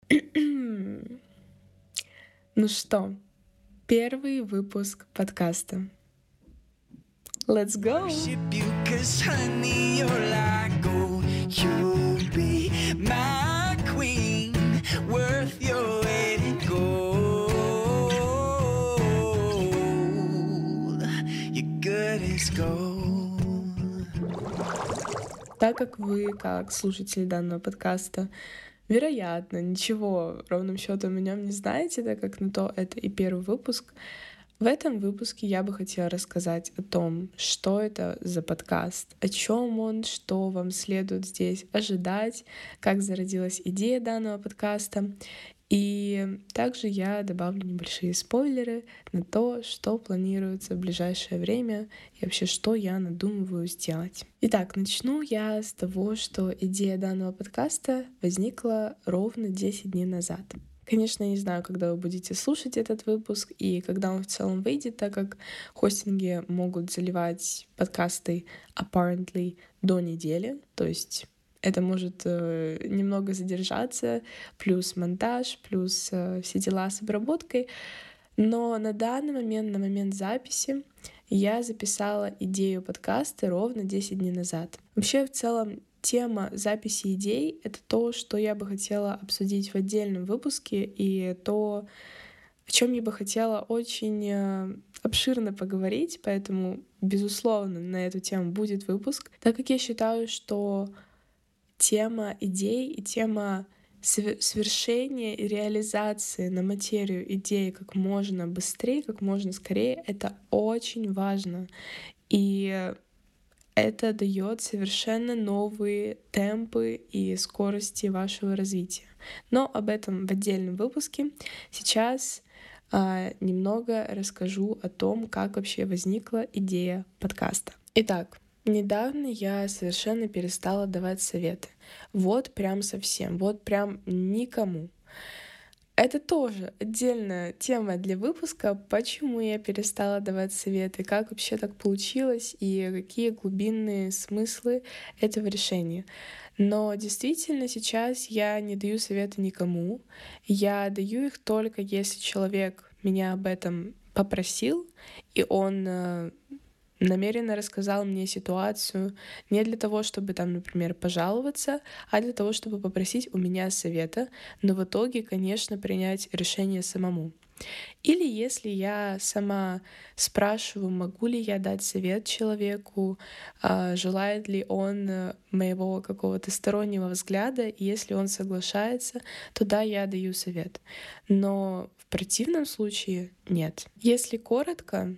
Ну что, первый выпуск подкаста. Let's go! Worship you 'cause honey, you're like gold. You'll be my queen, worth your weight in gold. You're good as gold. Так как вы, как слушатели данного подкаста, вероятно, ничего ровным счетом о нем не знаете, так как на то это и первый выпуск, в этом выпуске я бы хотела рассказать о том, что это за подкаст, о чем он, что вам следует здесь ожидать, как зародилась идея данного подкаста. И также я добавлю небольшие спойлеры на то, что планируется в ближайшее время и вообще, что я надумываю сделать. Итак, начну я с того, что идея данного подкаста возникла ровно 10 дней назад. Конечно, я не знаю, когда вы будете слушать этот выпуск и когда он в целом выйдет, так как хостинги могут заливать подкасты apparently до недели, то есть это может немного задержаться, плюс монтаж, плюс все дела с обработкой. Но на данный момент, на момент записи, я записала идею подкаста ровно 10 дней назад. Вообще, в целом, тема записи идей — это то, что я бы хотела обсудить в отдельном выпуске, и то, о чем я бы хотела очень обширно поговорить, поэтому, безусловно, на эту тему будет выпуск, так как я считаю, что тема идей и тема свершения и реализации на материю идеи как можно быстрее, как можно скорее — это очень важно. И это дает совершенно новые темпы и скорости вашего развития. Но об этом в отдельном выпуске. Сейчас немного расскажу о том, как вообще возникла идея подкаста. Итак, недавно я совершенно перестала давать советы. Вот прям совсем, вот прям никому. Это тоже отдельная тема для выпуска, почему я перестала давать советы, как вообще так получилось и какие глубинные смыслы этого решения. Но действительно сейчас я не даю советы никому. Я даю их только если человек меня об этом попросил, и он намеренно рассказал мне ситуацию не для того, чтобы там, например, пожаловаться, а для того, чтобы попросить у меня совета, но в итоге, конечно, принять решение самому. Или если я сама спрашиваю, могу ли я дать совет человеку, желает ли он моего какого-то стороннего взгляда, и если он соглашается, то да, я даю совет. Но в противном случае нет. Если коротко,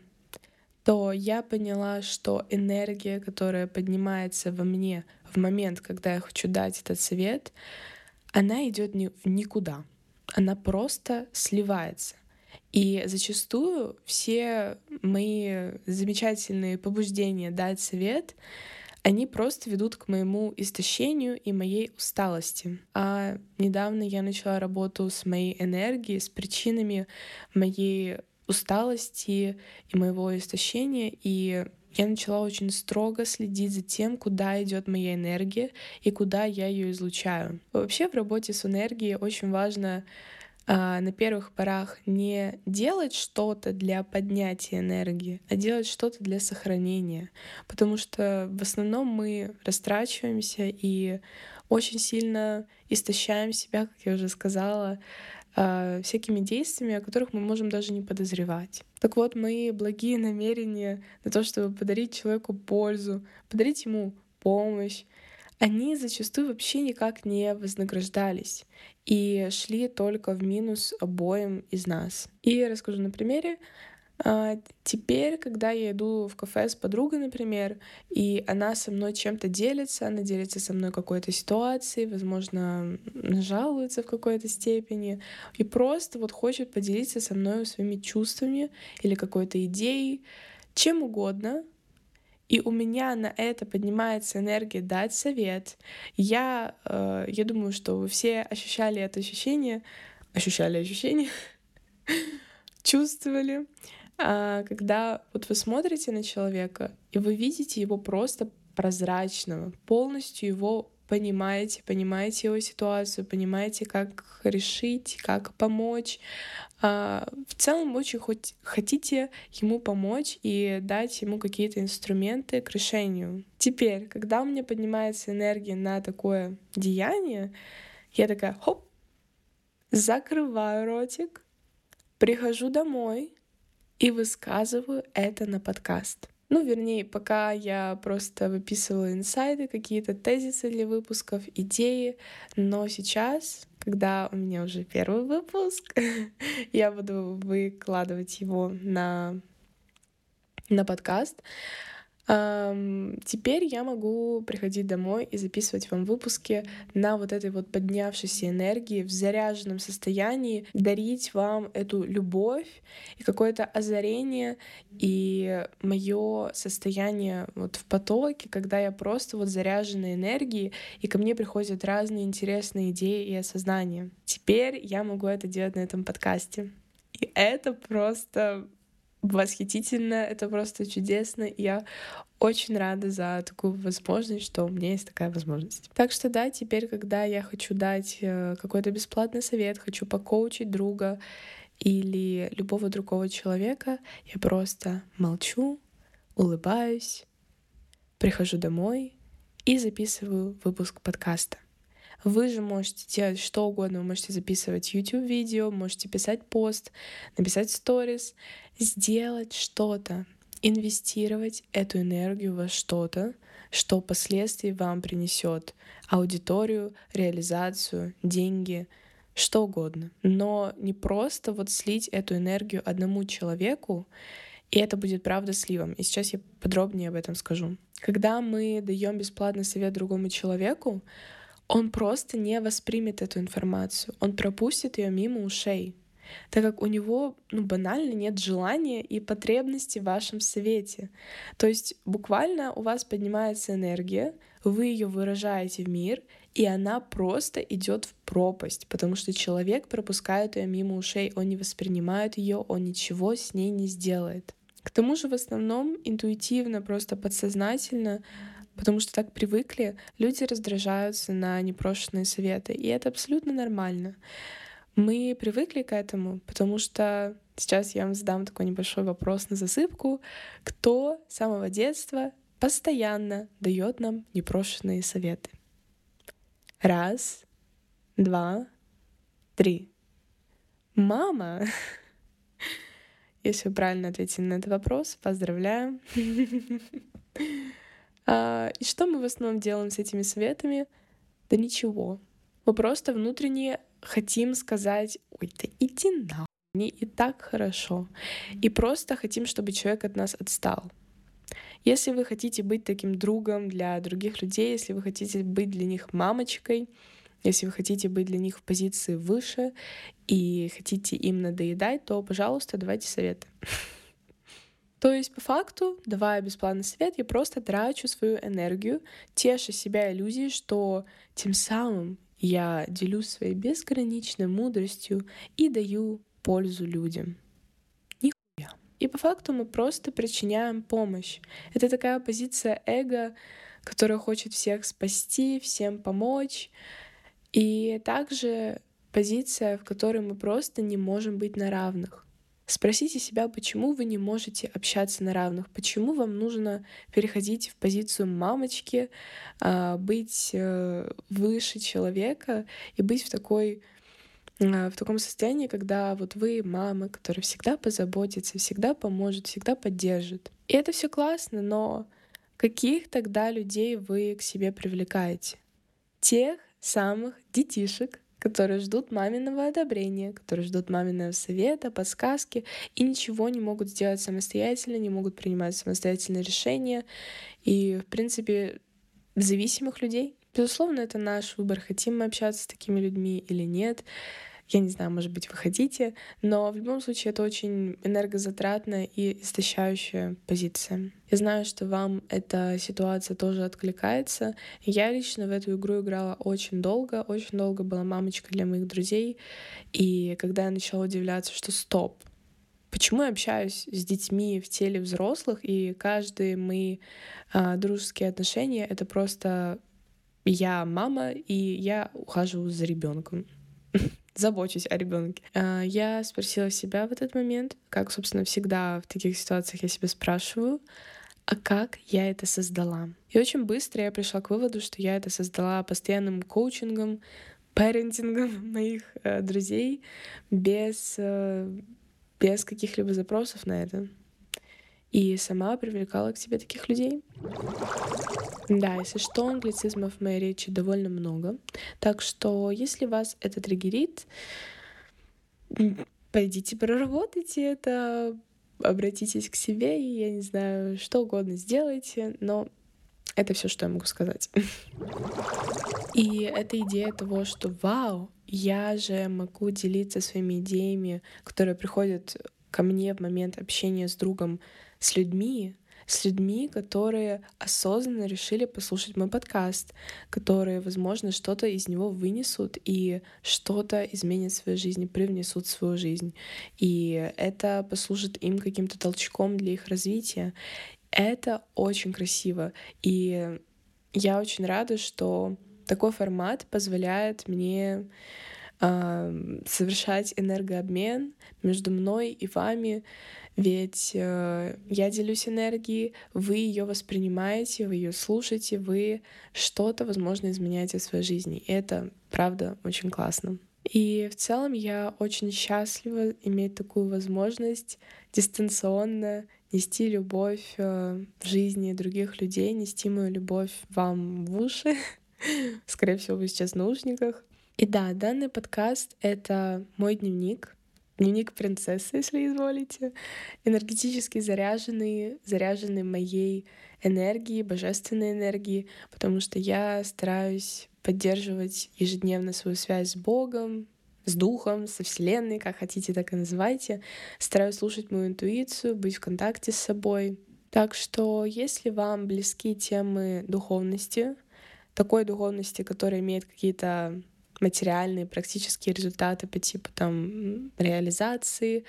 то я поняла, что энергия, которая поднимается во мне в момент, когда я хочу дать этот совет, она идет в никуда. Она просто сливается. И зачастую все мои замечательные побуждения дать совет, они просто ведут к моему истощению и моей усталости. А недавно я начала работу с моей энергией, с причинами моей усталости и моего истощения, и я начала очень строго следить за тем, куда идет моя энергия и куда я ее излучаю. Вообще в работе с энергией очень важно на первых порах не делать что-то для поднятия энергии, а делать что-то для сохранения. Потому что в основном мы растрачиваемся и очень сильно истощаем себя, как я уже сказала, всякими действиями, о которых мы можем даже не подозревать. Так вот, мои благие намерения на то, чтобы подарить человеку пользу, подарить ему помощь, они зачастую вообще никак не вознаграждались и шли только в минус обоим из нас. И расскажу на примере. Теперь, когда я иду в кафе с подругой, например, и она со мной чем-то делится, она делится со мной какой-то ситуацией, возможно, жалуется в какой-то степени, и просто вот хочет поделиться со мной своими чувствами или какой-то идеей, чем угодно, и у меня на это поднимается энергия дать совет. Я думаю, что вы все ощущали это ощущение, чувствовали, когда вот вы смотрите на человека, и вы видите его просто прозрачного, полностью его понимаете его ситуацию, понимаете, как решить, как помочь. В целом очень хотите ему помочь и дать ему какие-то инструменты к решению. Теперь, когда у меня поднимается энергия на такое деяние, я такая, хоп, закрываю ротик, прихожу домой и высказываю это на подкаст. Вернее, пока я просто выписывала инсайды, какие-то тезисы для выпусков, идеи. Но сейчас, когда у меня уже первый выпуск, я буду выкладывать его на подкаст. Теперь я могу приходить домой и записывать вам выпуски на вот этой вот поднявшейся энергии, в заряженном состоянии, дарить вам эту любовь и какое-то озарение, и мое состояние вот в потоке, когда я просто вот заряжена энергией, и ко мне приходят разные интересные идеи и осознания. Теперь я могу это делать на этом подкасте. И это просто восхитительно, это просто чудесно. И я очень рада за такую возможность, что у меня есть такая возможность. Так что да, теперь, когда я хочу дать какой-то бесплатный совет, хочу покоучить друга или любого другого человека, я просто молчу, улыбаюсь, прихожу домой и записываю выпуск подкаста. Вы же можете делать что угодно. Вы можете записывать YouTube-видео, можете писать пост, написать сторис, сделать что-то, инвестировать эту энергию во что-то, что впоследствии вам принесет аудиторию, реализацию, деньги, что угодно. Но не просто вот слить эту энергию одному человеку, и это будет правда сливом. И сейчас я подробнее об этом скажу. Когда мы даем бесплатный совет другому человеку, он просто не воспримет эту информацию, он пропустит ее мимо ушей, так как у него банально нет желания и потребности в вашем совете. То есть буквально у вас поднимается энергия, вы ее выражаете в мир, и она просто идет в пропасть, потому что человек пропускает ее мимо ушей, он не воспринимает ее, он ничего с ней не сделает. К тому же в основном интуитивно, просто подсознательно, потому что так привыкли, люди раздражаются на непрошенные советы, и это абсолютно нормально. Мы привыкли к этому, потому что сейчас я вам задам такой небольшой вопрос на засыпку. Кто с самого детства постоянно дает нам непрошенные советы? 1, 2, 3. Мама! Если вы правильно ответили на этот вопрос, поздравляю. И что мы в основном делаем с этими советами? Да ничего. Мы просто внутренне хотим сказать: ой, да иди нахуй, мне и так хорошо. И просто хотим, чтобы человек от нас отстал. Если вы хотите быть таким другом для других людей, если вы хотите быть для них мамочкой, если вы хотите быть для них в позиции выше и хотите им надоедать, то, пожалуйста, давайте советы. То есть, по факту, давая бесплатный совет, я просто трачу свою энергию, тешу себя иллюзией, что тем самым я делюсь своей безграничной мудростью и даю пользу людям. Нихуя. И по факту мы просто причиняем помощь. Это такая позиция эго, которая хочет всех спасти, всем помочь. И также позиция, в которой мы просто не можем быть на равных. Спросите себя, почему вы не можете общаться на равных, почему вам нужно переходить в позицию мамочки, быть выше человека и быть в таком состоянии, когда вот вы мама, которая всегда позаботится, всегда поможет, всегда поддержит. И это все классно, но каких тогда людей вы к себе привлекаете? Тех самых детишек, которые ждут маминого одобрения, которые ждут маминого совета, подсказки и ничего не могут сделать самостоятельно, не могут принимать самостоятельные решения. И, в принципе, зависимых людей. Безусловно, это наш выбор, хотим мы общаться с такими людьми или нет. Я не знаю, может быть, вы хотите, но в любом случае это очень энергозатратная и истощающая позиция. Я знаю, что вам эта ситуация тоже откликается. Я лично в эту игру играла очень долго была мамочкой для моих друзей. И когда я начала удивляться, что стоп, почему я общаюсь с детьми в теле взрослых, и каждые мои дружеские отношения — это просто Я мама, и я ухаживаю за ребенком. Забочусь о ребенке. Я спросила себя в этот момент, как, собственно, всегда в таких ситуациях я себя спрашиваю, а как я это создала? И очень быстро я пришла к выводу, что я это создала постоянным коучингом, парентингом моих друзей без каких-либо запросов на это. И сама привлекала к себе таких людей. Да, если что, англицизмов в моей речи довольно много. Так что, если вас это триггерит, пойдите проработайте это, обратитесь к себе, и, я не знаю, что угодно сделайте, но это все, что я могу сказать. И эта идея того, что вау, я же могу делиться своими идеями, которые приходят ко мне в момент общения с другом, с людьми, которые осознанно решили послушать мой подкаст, которые, возможно, что-то из него вынесут и что-то изменят в своей жизни, привнесут в свою жизнь. И это послужит им каким-то толчком для их развития. Это очень красиво. И я очень рада, что такой формат позволяет мне совершать энергообмен между мной и вами, ведь я делюсь энергией, вы ее воспринимаете, вы ее слушаете, вы что-то, возможно, изменяете в своей жизни. И это, правда, очень классно. И в целом я очень счастлива иметь такую возможность дистанционно нести любовь в жизни других людей, нести мою любовь вам в уши. Скорее всего, вы сейчас в наушниках. И да, данный подкаст — это мой дневник принцессы, если изволите, энергетически заряженный моей энергией, божественной энергией, потому что я стараюсь поддерживать ежедневно свою связь с Богом, с Духом, со Вселенной, как хотите, так и называйте. Стараюсь слушать мою интуицию, быть в контакте с собой. Так что, если вам близки темы духовности, такой духовности, которая имеет какие-то материальные, практические результаты по типу там реализации,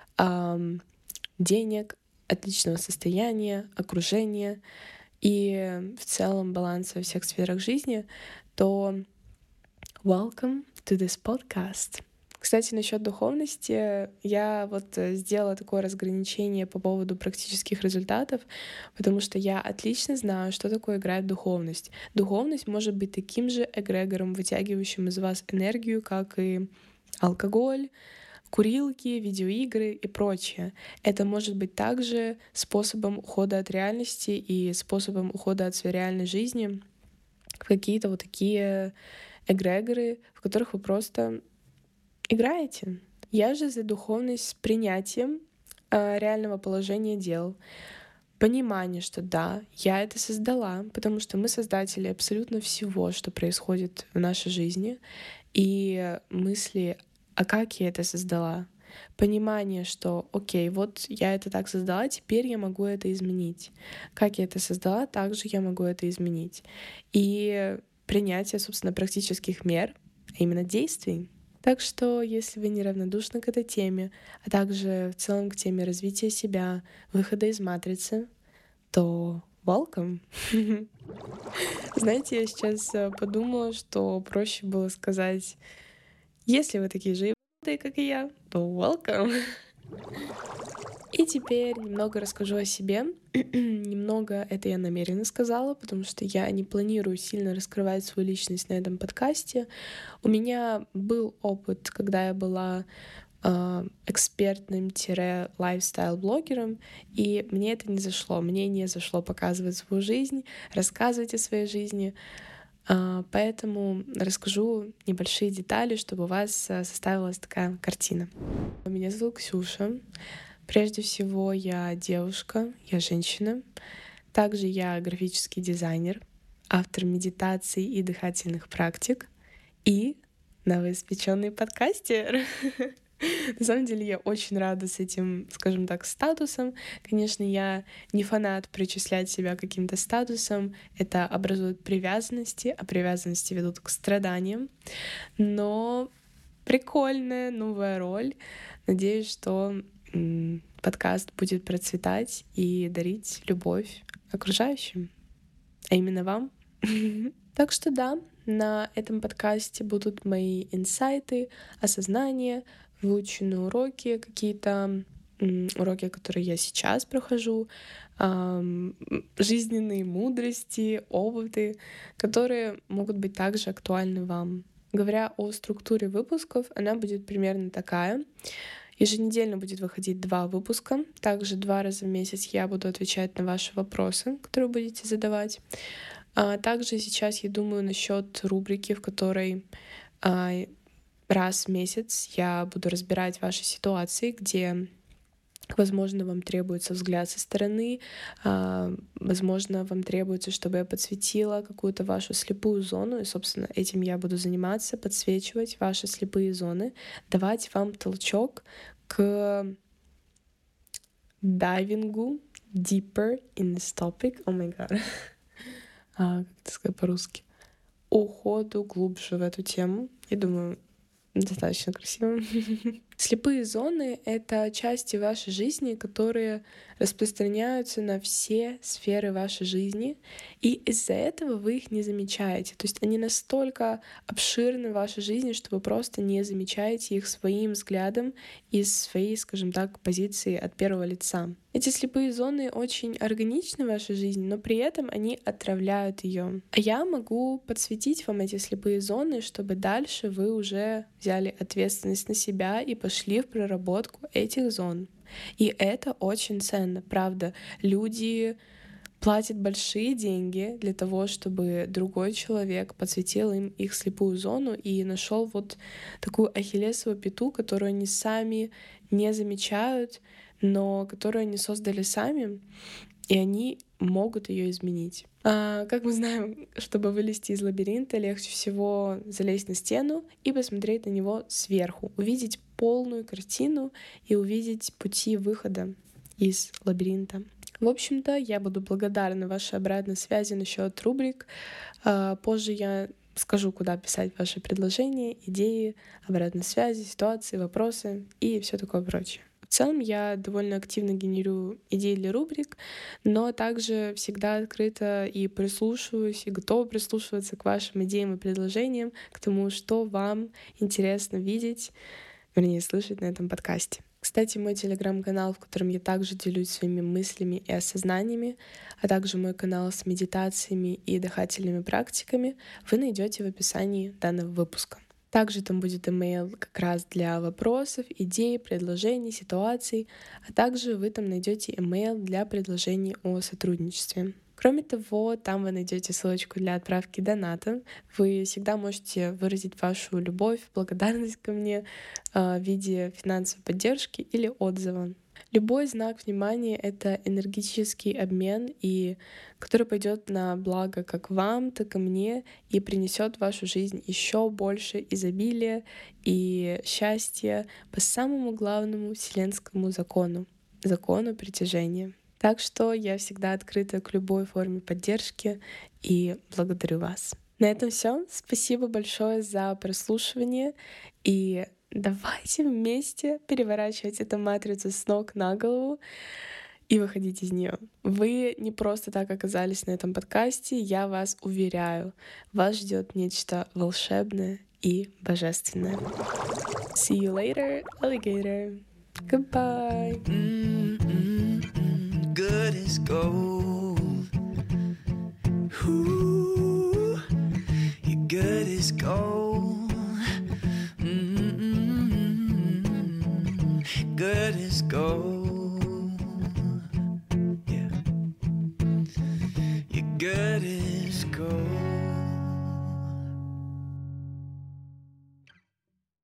денег, отличного состояния, окружения и в целом баланса во всех сферах жизни, то welcome to this podcast. Кстати, насчет духовности я вот сделала такое разграничение по поводу практических результатов, потому что я отлично знаю, что такое играет духовность. Духовность может быть таким же эгрегором, вытягивающим из вас энергию, как и алкоголь, курилки, видеоигры и прочее. Это может быть также способом ухода от реальности и способом ухода от своей реальной жизни в какие-то вот такие эгрегоры, в которых вы просто играете. Я же за духовность с принятием реального положения дел. Понимание, что да, я это создала, потому что мы создатели абсолютно всего, что происходит в нашей жизни. И мысли, а как я это создала? Понимание, что окей, вот я это так создала, теперь я могу это изменить. Как я это создала, также я могу это изменить. И принятие, собственно, практических мер, а именно действий. Так что, если вы неравнодушны к этой теме, а также в целом к теме развития себя, выхода из матрицы, то welcome. Знаете, я сейчас подумала, что проще было сказать, если вы такие же ебанутые, как и я, то welcome. И теперь немного расскажу о себе. Немного это я намеренно сказала, потому что я не планирую сильно раскрывать свою личность на этом подкасте. У меня был опыт, когда я была экспертным-лайфстайл-блогером, и мне это не зашло. Мне не зашло показывать свою жизнь, рассказывать о своей жизни. Поэтому расскажу небольшие детали, чтобы у вас составилась такая картина. Меня зовут Ксюша. Прежде всего, я девушка, я женщина. Также я графический дизайнер, автор медитаций и дыхательных практик и новоиспеченный подкастер. На самом деле я очень рада с этим, скажем так, статусом. Конечно, я не фанат причислять себя к каким-то статусам. Это образует привязанности, а привязанности ведут к страданиям. Но прикольная новая роль. Надеюсь, что подкаст будет процветать и дарить любовь окружающим, а именно вам. Так что да, на этом подкасте будут мои инсайты, осознания, выученные уроки, какие-то уроки, которые я сейчас прохожу, жизненные мудрости, опыты, которые могут быть также актуальны вам. Говоря о структуре выпусков, она будет примерно такая. Еженедельно будет выходить 2 выпуска. Также 2 раза в месяц я буду отвечать на ваши вопросы, которые будете задавать. Также сейчас я думаю насчет рубрики, в которой раз в месяц я буду разбирать ваши ситуации, где, возможно, вам требуется взгляд со стороны, возможно, вам требуется, чтобы я подсветила какую-то вашу слепую зону, и, собственно, этим я буду заниматься, подсвечивать ваши слепые зоны, давать вам толчок к дайвингу deeper in this topic. Oh my god. Как это сказать по-русски? Уходу глубже в эту тему. Я думаю, достаточно красиво. Слепые зоны — это части вашей жизни, которые распространяются на все сферы вашей жизни, и из-за этого вы их не замечаете. То есть они настолько обширны в вашей жизни, что вы просто не замечаете их своим взглядом из своей, скажем так, позиции от первого лица. Эти слепые зоны очень органичны в вашей жизни, но при этом они отравляют ее. А я могу подсветить вам эти слепые зоны, чтобы дальше вы уже взяли ответственность на себя и пошли в проработку этих зон. И это очень ценно, правда. Люди платят большие деньги для того, чтобы другой человек подсветил им их слепую зону и нашел вот такую ахиллесову пяту, которую они сами не замечают, но которую они создали сами, и они могут ее изменить. Как мы знаем, чтобы вылезти из лабиринта, легче всего залезть на стену и посмотреть на него сверху, увидеть полную картину и увидеть пути выхода из лабиринта. В общем-то, я буду благодарна вашей обратной связи насчет рубрик. Позже я скажу, куда писать ваши предложения, идеи, обратной связи, ситуации, вопросы и все такое прочее. В целом я довольно активно генерирую идеи для рубрик, но также всегда открыта и прислушиваюсь, и готова прислушиваться к вашим идеям и предложениям, к тому, что вам интересно видеть, вернее, слышать на этом подкасте. Кстати, мой телеграм-канал, в котором я также делюсь своими мыслями и осознаниями, а также мой канал с медитациями и дыхательными практиками, вы найдете в описании данного выпуска. Также там будет имейл как раз для вопросов, идей, предложений, ситуаций, а также вы там найдете имейл для предложений о сотрудничестве. Кроме того, там вы найдете ссылочку для отправки доната. Вы всегда можете выразить вашу любовь, благодарность ко мне в виде финансовой поддержки или отзыва. Любой знак внимания — это энергетический обмен, который пойдет на благо как вам, так и мне, и принесет в вашу жизнь еще больше изобилия и счастья по самому главному вселенскому закону — закону притяжения. Так что я всегда открыта к любой форме поддержки и благодарю вас. На этом все. Спасибо большое за прослушивание, и давайте вместе переворачивать эту матрицу с ног на голову и выходить из нее. Вы не просто так оказались на этом подкасте, я вас уверяю, вас ждет нечто волшебное и божественное. See you later, alligator. Goodbye. Good as gold. Ooh, you're good as gold. Good as gold. Yeah, you're good as gold.